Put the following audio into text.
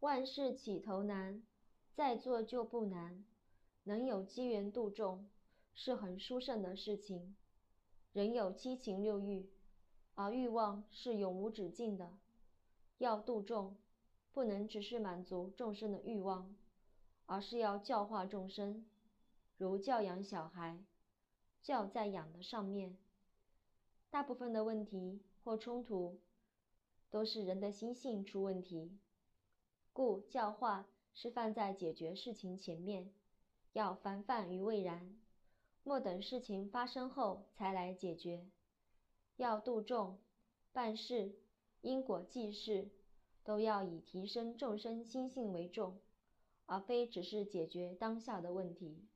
万事起头难，再做就不难。能有机缘度众，是很殊胜的事情。人有七情六欲，而欲望是永无止境的。要度众，不能只是满足众生的欲望，而是要教化众生，如教养小孩，教在养的上面。大部分的问题或冲突，都是人的心性出问题。故教化是放在解决事情前面，要防范于未然，莫等事情发生后才来解决。要度众，办事、因果济世，都要以提升众生心性为重，而非只是解决当下的问题。